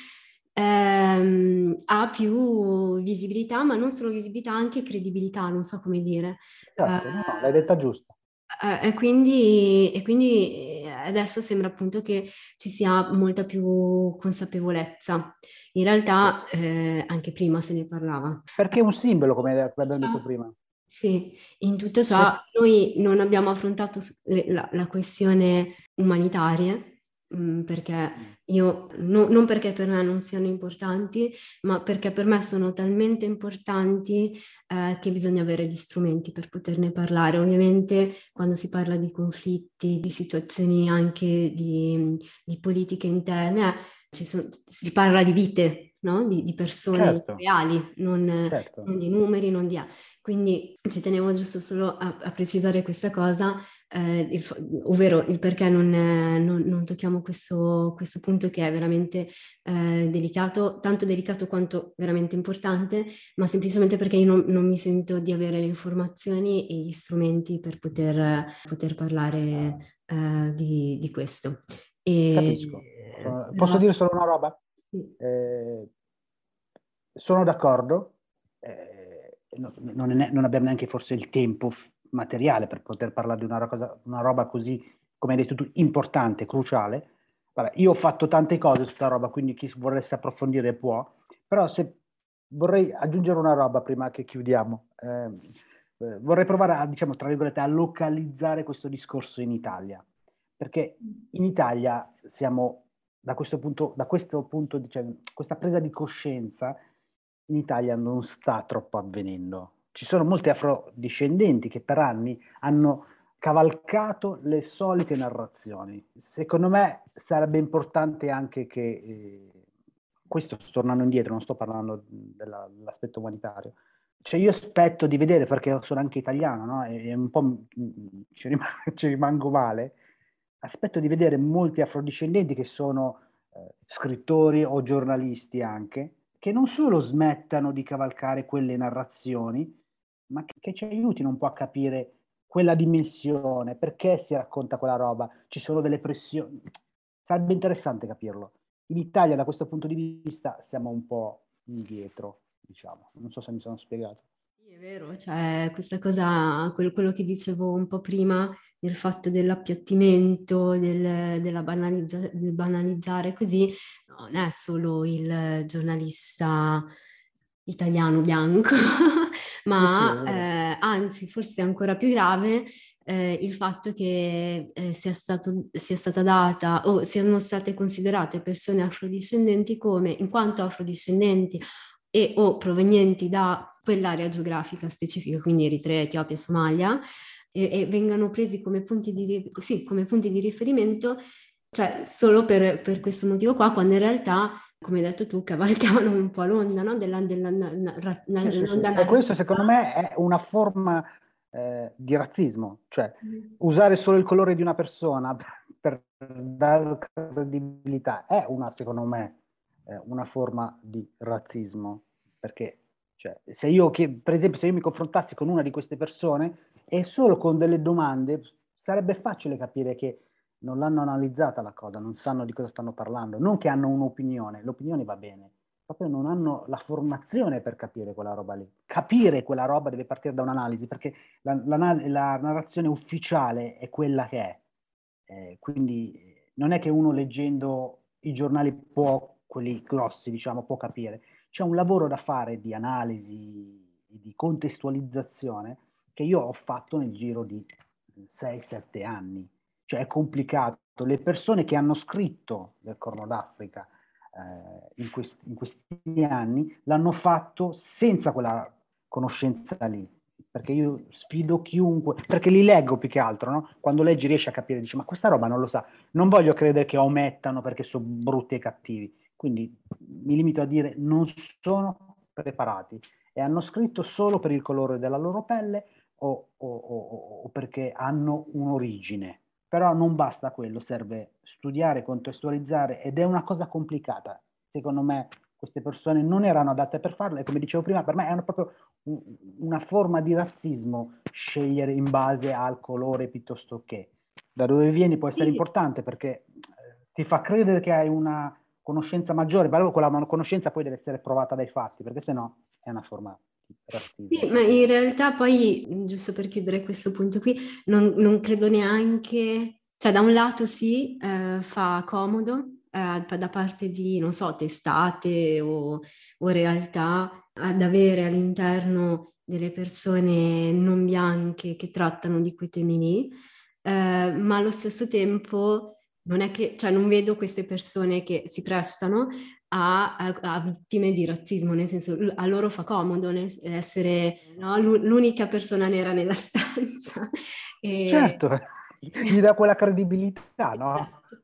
ehm, ha più visibilità, ma non solo visibilità, anche credibilità, non so come dire. Certo, no, no, l'hai detta giusta. Eh, e quindi, e quindi eh, adesso sembra appunto che ci sia molta più consapevolezza. In realtà eh, anche prima se ne parlava. Perché è un simbolo, come, come abbiamo Ciò- detto prima. Sì, in tutto ciò Eh, noi non abbiamo affrontato s- le- la, la questione umanitaria, mh, perché io, no- non perché per me non siano importanti, ma perché per me sono talmente importanti eh, che bisogna avere gli strumenti per poterne parlare. Ovviamente quando si parla di conflitti, di situazioni anche di, di politiche interne, ci son- si parla di vite, no? Di, di persone certo, reali, non, certo. non di numeri, non di... Quindi ci tenevo giusto solo a, a precisare questa cosa, eh, il fa- ovvero il perché non, eh, non- non tocchiamo questo, questo punto che è veramente eh, delicato, tanto delicato quanto veramente importante, ma semplicemente perché io non, non mi sento di avere le informazioni e gli strumenti per poter, poter parlare eh, di, di questo. Capisco. E, Sono- Posso però, dire solo una roba? sì. Eh, sono d'accordo, eh, no- non, è ne- non abbiamo neanche forse il tempo f- materiale per poter parlare di una, cosa, una roba così, come hai detto tu, importante, cruciale. Vabbè, io ho fatto tante cose su questa roba, quindi chi volesse approfondire può, però se vorrei aggiungere una roba prima che chiudiamo. Eh, eh, vorrei provare a, diciamo, tra virgolette, a localizzare questo discorso in Italia, perché in Italia siamo, da questo punto, da questo punto, diciamo, questa presa di coscienza in Italia non sta troppo avvenendo. Ci sono molti afrodiscendenti che per anni hanno cavalcato le solite narrazioni. Secondo me sarebbe importante anche che, eh, questo sto tornando indietro, non sto parlando della, dell'aspetto umanitario, cioè io aspetto di vedere, perché sono anche italiano, no? E, e un po' m- m- ci, rimango, ci rimango male, aspetto di vedere molti afrodiscendenti che sono eh, scrittori o giornalisti anche, che non solo smettano di cavalcare quelle narrazioni, ma che, che ci aiutino un po' a capire quella dimensione, perché si racconta quella roba, ci sono delle pressioni. Sarebbe interessante capirlo. In Italia, da questo punto di vista, siamo un po' indietro, diciamo. Non so se mi sono spiegato. è vero, cioè questa cosa, quello, quello che dicevo un po' prima, del fatto dell'appiattimento, del, della banalizza, del banalizzare così, non è solo il giornalista italiano bianco, ma Sì, sì, è vero. eh, anzi forse ancora più grave eh, il fatto che eh, sia stato, sia stata data o siano state considerate persone afrodiscendenti come, in quanto afrodiscendenti e o provenienti da quell'area geografica specifica, quindi Eritrea, Etiopia, Somalia, e, e vengano presi come punti di, ri- sì, come punti di riferimento, cioè solo per, per questo motivo qua, quando in realtà, come hai detto tu, cavalcavano un po' l'onda, no? Della, della, na- na- na- Sì, sì, sì. l'onda E questo narrativa. secondo me è una forma eh, di razzismo, cioè Mm. usare solo il colore di una persona per dare credibilità è una, secondo me, eh, una forma di razzismo, perché cioè, se io, che, per esempio, se io mi confrontassi con una di queste persone e solo con delle domande, sarebbe facile capire che non l'hanno analizzata la cosa, non sanno di cosa stanno parlando, non che hanno un'opinione, l'opinione va bene, proprio non hanno la formazione per capire quella roba lì. Capire quella roba deve partire da un'analisi, perché la, la, la narrazione ufficiale è quella che è. Eh, quindi non è che uno leggendo i giornali può, quelli grossi, diciamo, può capire. C'è un lavoro da fare di analisi, di contestualizzazione che io ho fatto nel giro di sei sette anni. Cioè è complicato. Le persone che hanno scritto del Corno d'Africa eh, in, questi, in questi anni l'hanno fatto senza quella conoscenza lì, perché io sfido chiunque, perché li leggo più che altro, no? Quando leggi riesci a capire, dici ma questa roba non lo sa, non voglio credere che omettano perché sono brutti e cattivi, quindi mi limito a dire non sono preparati e hanno scritto solo per il colore della loro pelle o, o, o, o perché hanno un'origine. Però non basta quello, serve studiare, contestualizzare ed è una cosa complicata. Secondo me queste persone non erano adatte per farlo e come dicevo prima, per me è proprio un, una forma di razzismo scegliere in base al colore piuttosto che. Da dove vieni può essere Sì, importante perché eh, ti fa credere che hai una conoscenza maggiore, ma quella conoscenza poi deve essere provata dai fatti, perché sennò è una forma di razzismo. sì, ma in realtà poi, giusto per chiudere questo punto qui, non, non credo neanche, cioè da un lato sì, eh, fa comodo eh, da parte di, non so, testate o, o realtà ad avere all'interno delle persone non bianche che trattano di quei temi lì, eh, ma allo stesso tempo non è che, cioè non vedo queste persone che si prestano a, a- a vittime di razzismo, nel senso l- a loro fa comodo nel- essere no, l'u- l'unica persona nera nella stanza. E... Certo, gli dà quella credibilità, no? Esatto.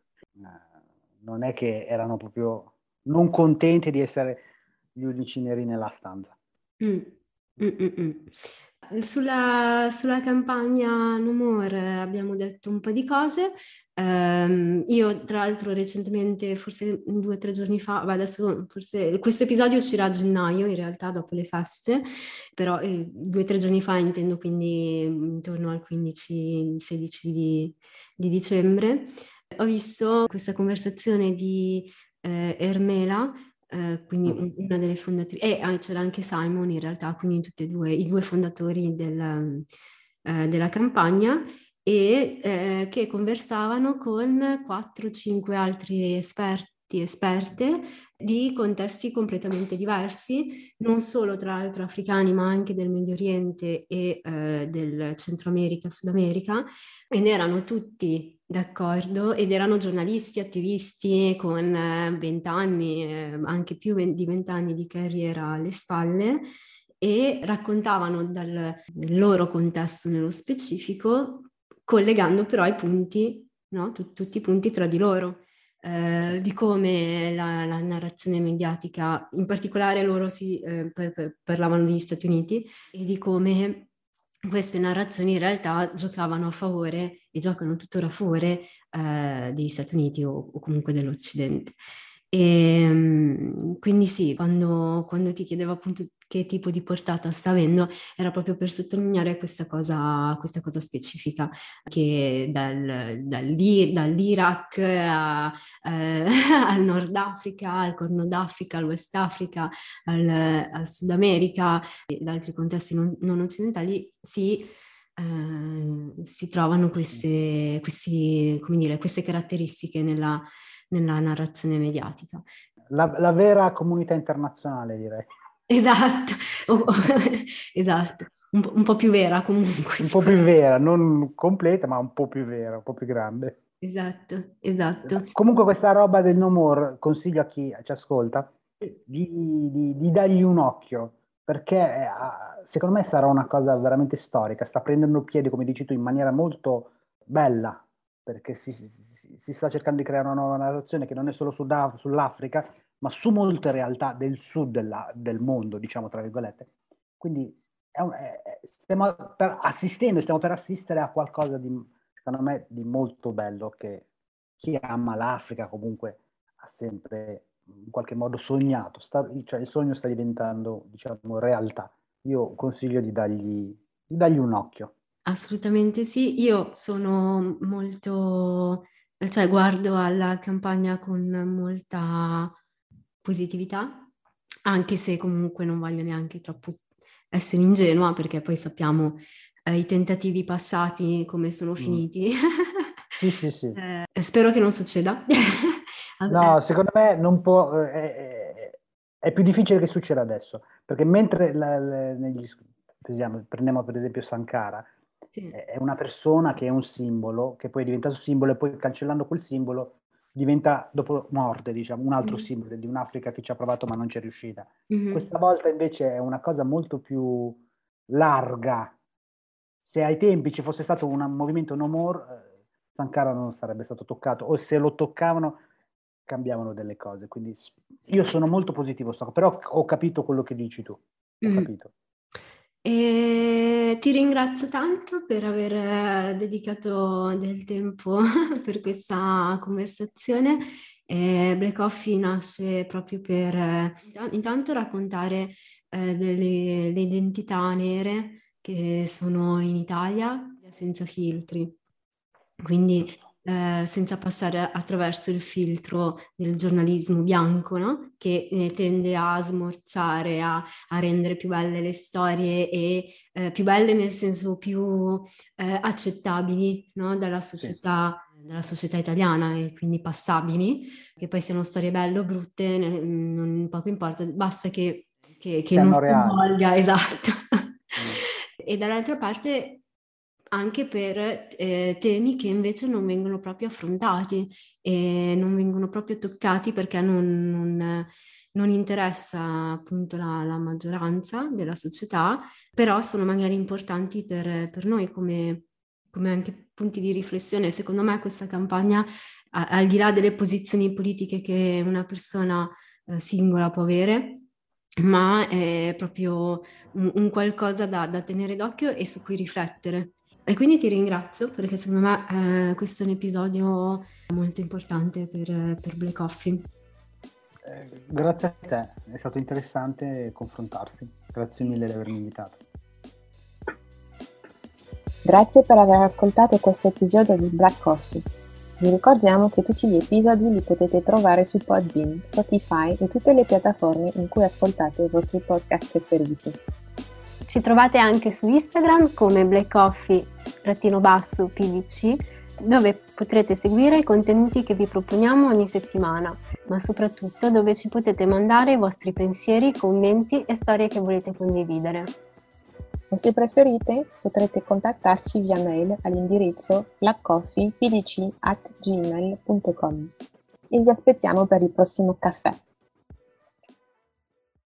Non è che erano proprio non contenti di essere gli unici neri nella stanza. Mm, mm, mm, mm. Sulla, sulla campagna No More abbiamo detto un po' di cose. Ehm, io, tra l'altro, recentemente, forse due o tre giorni fa, beh, adesso forse questo episodio uscirà a gennaio, in realtà, dopo le feste, però eh, due o tre giorni fa, intendo quindi intorno al quindici sedici di, di dicembre, ho visto questa conversazione di eh, Ermela eh, quindi Mm. un- una delle fondatrici, e ah, c'era anche Simon in realtà, quindi tutti e due, i due fondatori del, eh, della campagna, e eh, che conversavano con quattro cinque altri esperti, esperte di contesti completamente diversi, non solo tra l'altro africani, ma anche del Medio Oriente e eh, del Centro America, Sud America, ed erano tutti d'accordo ed erano giornalisti, attivisti con eh, vent'anni, eh, anche più di vent'anni di carriera alle spalle e raccontavano dal, del loro contesto nello specifico, collegando però i punti, no? Tut- tutti i punti tra di loro. Eh, di come la, la narrazione mediatica, in particolare loro si eh, per- per- parlavano degli Stati Uniti e di come queste narrazioni in realtà giocavano a favore e giocano tuttora a favore eh, degli Stati Uniti o, o comunque dell'Occidente. E mm, quindi sì, quando, quando ti chiedevo appunto che tipo di portata sta avendo, era proprio per sottolineare questa cosa, questa cosa specifica, che dal, dall'I- dall'Iraq a- eh, al Nord Africa, al Corno d'Africa, al West Africa, al, al Sud America e ad altri contesti non, non occidentali, si, eh, si trovano queste, questi, come dire, queste caratteristiche nella, nella narrazione mediatica. La, la vera comunità internazionale, direi. Esatto, oh, esatto, un po', un po' più vera comunque. Un po' più vera, non completa, ma un po' più vera, un po' più grande. Esatto, esatto. Comunque questa roba del No More, consiglio a chi ci ascolta di, di, di dargli un occhio, perché eh, secondo me sarà una cosa veramente storica, sta prendendo piede, come dici tu, in maniera molto bella, perché si, si, si sta cercando di creare una nuova narrazione che non è solo Sud- sull'Africa, ma su molte realtà del sud della, del mondo, diciamo tra virgolette. Quindi è un, è, stiamo per, assistendo, stiamo per assistere a qualcosa di, secondo me, di molto bello, che chi ama l'Africa comunque ha sempre in qualche modo sognato, sta, cioè il sogno sta diventando, diciamo, realtà. Io consiglio di dargli, di dargli un occhio. Assolutamente sì, io sono molto, cioè guardo alla campagna con molta positività, anche se comunque non voglio neanche troppo essere ingenua, perché poi sappiamo eh, i tentativi passati come sono Mm. finiti. Sì, sì, sì. eh, spero che non succeda. No, secondo me non può, eh, è, è più difficile che succeda adesso, perché mentre la, la, negli, prendiamo per esempio Sankara, Sì. è una persona che è un simbolo, che poi è diventato simbolo e poi cancellando quel simbolo diventa, dopo morte, diciamo, un altro Mm-hmm. simbolo di un'Africa che ci ha provato ma non ci è riuscita. Mm-hmm. Questa volta invece è una cosa molto più larga. Se ai tempi ci fosse stato un movimento No More, eh, Sankara non sarebbe stato toccato, o se lo toccavano cambiavano delle cose. Quindi io sono molto positivo, però ho capito quello che dici tu. Ho Mm. capito. E ti ringrazio tanto per aver dedicato del tempo per questa conversazione. E Black Coffee nasce proprio per eh, intanto raccontare eh, delle le identità nere che sono in Italia senza filtri, quindi eh, senza passare attraverso il filtro del giornalismo bianco, no? Che eh, tende a smorzare, a, a rendere più belle le storie e eh, più belle nel senso più eh, accettabili, no? Dalla società, sì. dalla società italiana e quindi passabili, che poi siano storie belle o brutte, ne, non poco importa, basta che, che, che non sconvolga, esatto. Mm. E dall'altra parte anche per eh, temi che invece non vengono proprio affrontati e non vengono proprio toccati perché non, non, non interessa appunto la, la maggioranza della società, però sono magari importanti per, per noi come, come anche punti di riflessione. Secondo me questa campagna, a, al di là delle posizioni politiche che una persona eh, singola può avere, ma è proprio un, un qualcosa da, da tenere d'occhio e su cui riflettere. E quindi ti ringrazio perché secondo me eh, questo è un episodio molto importante per, per Black Coffee. Eh, grazie a te, è stato interessante confrontarsi. Grazie mille di avermi invitato. Grazie per aver ascoltato questo episodio di Black Coffee. Vi ricordiamo che tutti gli episodi li potete trovare su Podbean, Spotify e tutte le piattaforme in cui ascoltate i vostri podcast preferiti. Ci trovate anche su Instagram come Black Coffee trattino basso P V C, dove potrete seguire i contenuti che vi proponiamo ogni settimana, ma soprattutto dove ci potete mandare i vostri pensieri, commenti e storie che volete condividere. O se preferite potrete contattarci via mail all'indirizzo blackcoffeepdc at gmail punto com e vi aspettiamo per il prossimo caffè.